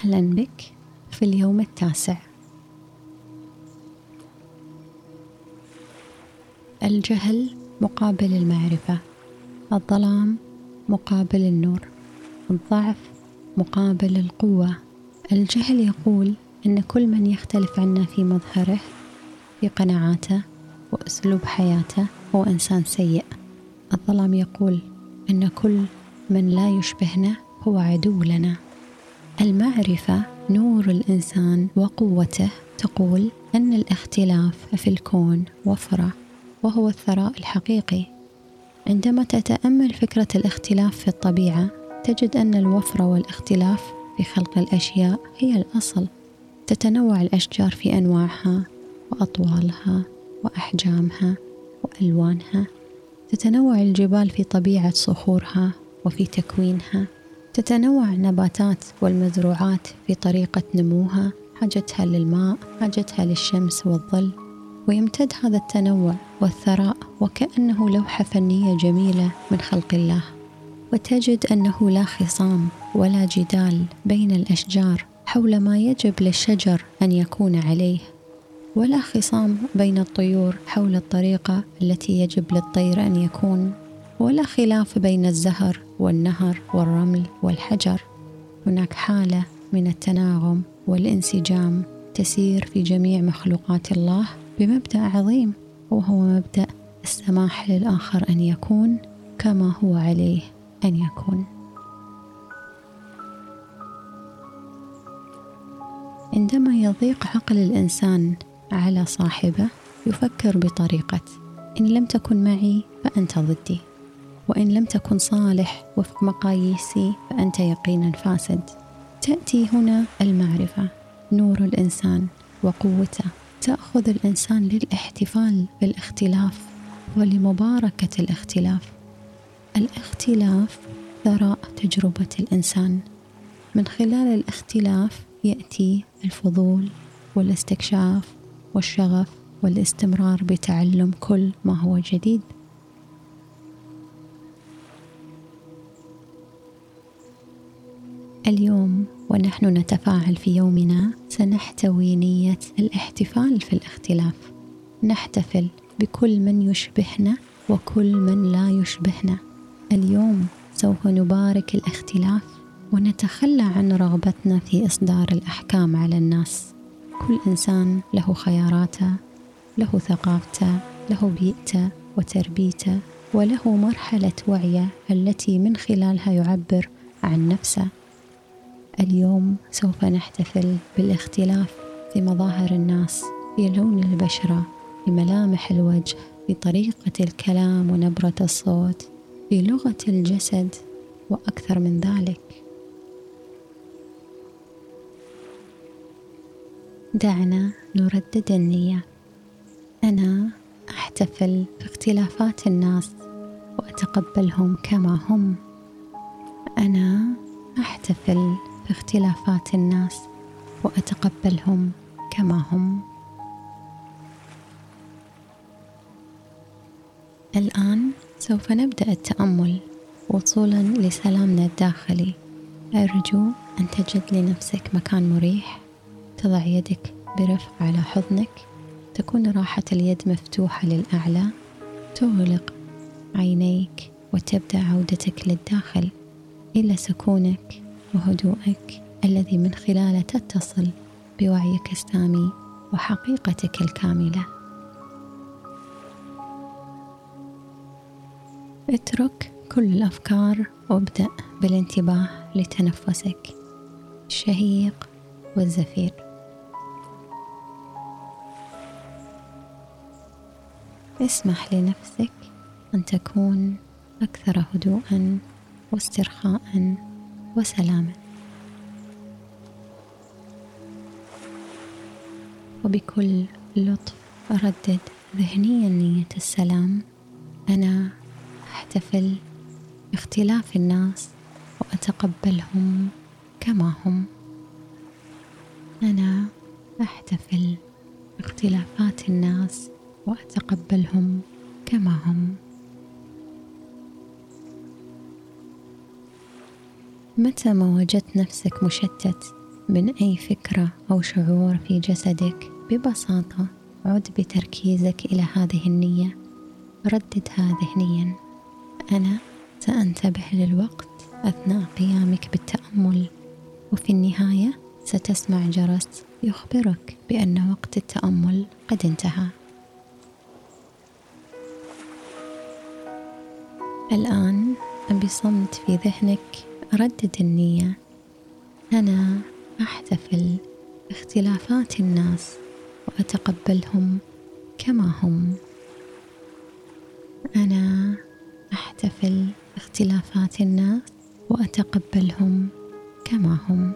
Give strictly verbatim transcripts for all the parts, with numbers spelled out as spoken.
أهلا بك في اليوم التاسع. الجهل مقابل المعرفة، الظلام مقابل النور، الضعف مقابل القوة. الجهل يقول أن كل من يختلف عنا في مظهره، في قناعاته وأسلوب حياته هو إنسان سيء. الظلام يقول أن كل من لا يشبهنا هو عدو لنا. المعرفة نور الإنسان وقوته، تقول أن الاختلاف في الكون وفرة، وهو الثراء الحقيقي. عندما تتأمل فكرة الاختلاف في الطبيعة، تجد أن الوفرة والاختلاف في خلق الأشياء هي الأصل. تتنوع الأشجار في أنواعها وأطوالها وأحجامها وألوانها. تتنوع الجبال في طبيعة صخورها وفي تكوينها. تتنوع النباتات والمزروعات في طريقة نموها، حاجتها للماء، حاجتها للشمس والظل. ويمتد هذا التنوع والثراء وكأنه لوحة فنية جميلة من خلق الله. وتجد أنه لا خصام ولا جدال بين الأشجار حول ما يجب للشجر أن يكون عليه، ولا خصام بين الطيور حول الطريقة التي يجب للطير أن يكون، ولا خلاف بين الزهر والنهر والرمل والحجر. هناك حالة من التناغم والانسجام تسير في جميع مخلوقات الله بمبدأ عظيم، وهو مبدأ السماح للآخر أن يكون كما هو عليه أن يكون. عندما يضيق عقل الإنسان على صاحبه، يفكر بطريقة: إن لم تكن معي فأنت ضدي، وإن لم تكن صالح وفق مقاييسي فأنت يقينا فاسد. تأتي هنا المعرفة، نور الإنسان وقوته، تأخذ الإنسان للاحتفال بالاختلاف ولمباركة الاختلاف. الاختلاف ثراء تجربة الإنسان. من خلال الاختلاف يأتي الفضول والاستكشاف والشغف والاستمرار بتعلم كل ما هو جديد. اليوم ونحن نتفاعل في يومنا سنحتوي نية الاحتفال في الاختلاف. نحتفل بكل من يشبهنا وكل من لا يشبهنا. اليوم سوف نبارك الاختلاف ونتخلى عن رغبتنا في إصدار الأحكام على الناس. كل إنسان له خياراته، له ثقافته، له بيئته وتربيته، وله مرحلة وعيه التي من خلالها يعبر عن نفسه. اليوم سوف نحتفل بالاختلاف في مظاهر الناس، في لون البشرة، في ملامح الوجه، في طريقة الكلام ونبرة الصوت، في لغة الجسد، وأكثر من ذلك. دعنا نردد النية: أنا أحتفل باختلافات الناس وأتقبلهم كما هم. أنا أحتفل باختلافات الناس وأتقبلهم كما هم. الآن سوف نبدأ التأمل وصولا لسلامنا الداخلي. أرجو أن تجد لنفسك مكان مريح، تضع يدك برفق على حضنك، تكون راحة اليد مفتوحة للأعلى، تغلق عينيك وتبدأ عودتك للداخل إلى سكونك وهدوءك الذي من خلاله تتصل بوعيك السامي وحقيقتك الكاملة. اترك كل الأفكار وابدأ بالانتباه لتنفسك، الشهيق والزفير. اسمح لنفسك أن تكون أكثر هدوءا واسترخاء وسلاما. وبكل لطف أردد ذهنيا نية السلام: أنا أحتفل باختلاف الناس وأتقبلهم كما هم. أنا أحتفل باختلافات الناس وأتقبلهم كما هم. متى ما وجدت نفسك مشتت من أي فكرة أو شعور في جسدك، ببساطة عد بتركيزك إلى هذه النية، رددها ذهنيا: أنا سأنتبه للوقت أثناء قيامك بالتأمل. وفي النهاية ستسمع جرس يخبرك بأن وقت التأمل قد انتهى. الآن بصمت في ذهنك ردد النية: أنا أحتفل باختلافات الناس وأتقبلهم كما هم. أنا أحتفل باختلافات الناس وأتقبلهم كما هم.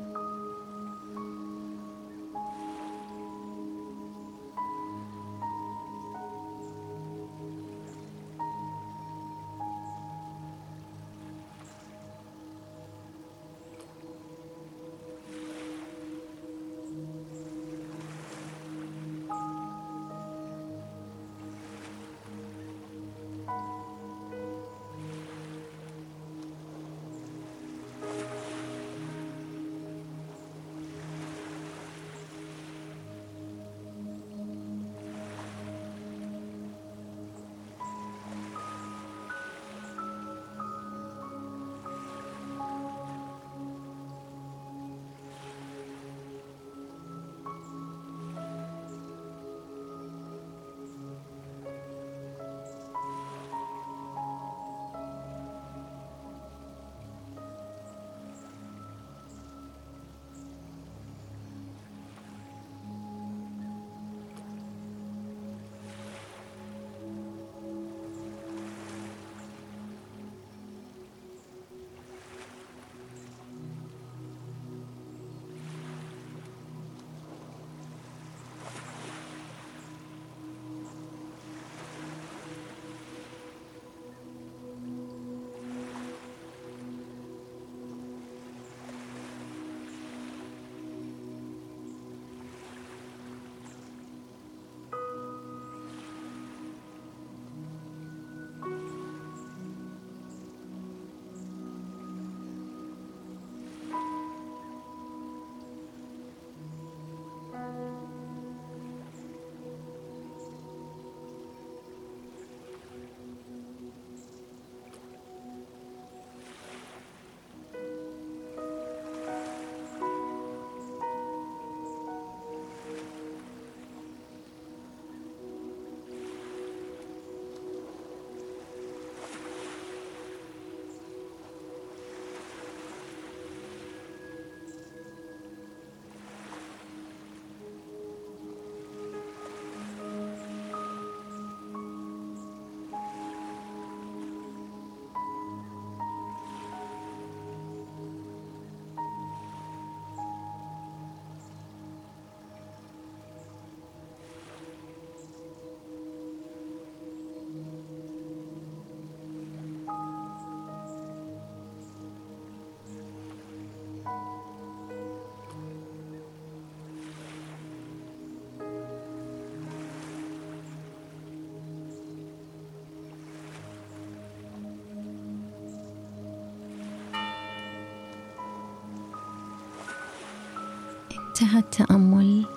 انتهى التأمل،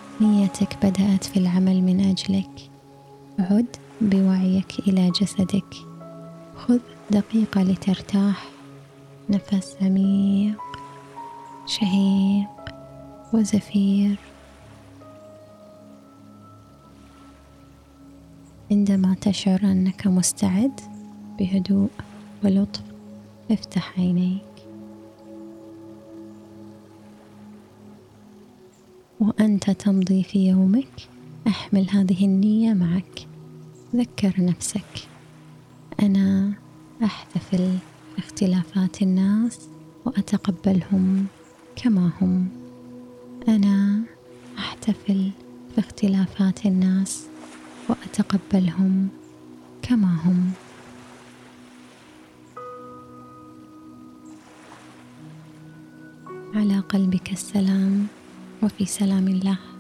نيتك بدأت في العمل من أجلك. عد بوعيك إلى جسدك، خذ دقيقة لترتاح، نفس عميق، شهيق وزفير. عندما تشعر أنك مستعد، بهدوء ولطف افتح عينيك. وأنت تمضي في يومك احمل هذه النية معك. ذكر نفسك: أنا أحتفل باختلافات الناس وأتقبلهم كما هم. أنا أحتفل باختلافات الناس وأتقبلهم كما هم. على قلبك السلام، وفي سلام الله.